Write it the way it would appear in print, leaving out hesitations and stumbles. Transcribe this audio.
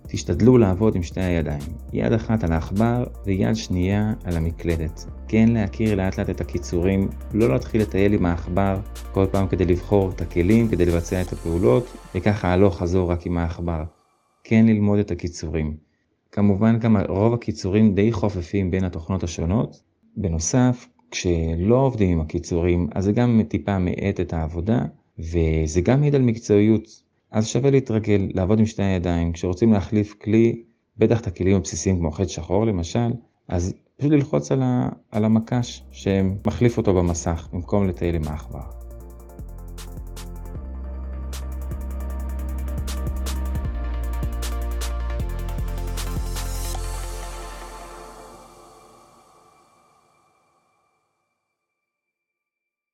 תשתדלו לעבוד עם שתי הידיים, יד אחת על העכבר ויד שנייה על המקלדת. כן להכיר לאט לאט את הקיצורים, לא להתחיל לטייל עם העכבר כל פעם כדי לבחור את הכלים, כדי לבצע את הפעולות, וככה הלוך חזור רק עם העכבר. כן ללמוד את הקיצורים. כמובן גם רוב הקיצורים די חופפים בין התוכנות השונות. בנוסף, כשלא עובדים עם הקיצורים, אז זה גם טיפה מעט את העבודה, וזה גם מעיד על מקצועיות. אז שווה להתרגל, לעבוד עם שתי הידיים. כשרוצים להחליף כלי, בטח את הכלים הבסיסיים כמו חץ שחור למשל, אז פשוט ללחוץ על המקש שמחליף אותו במסך במקום לטייל עם העכבר.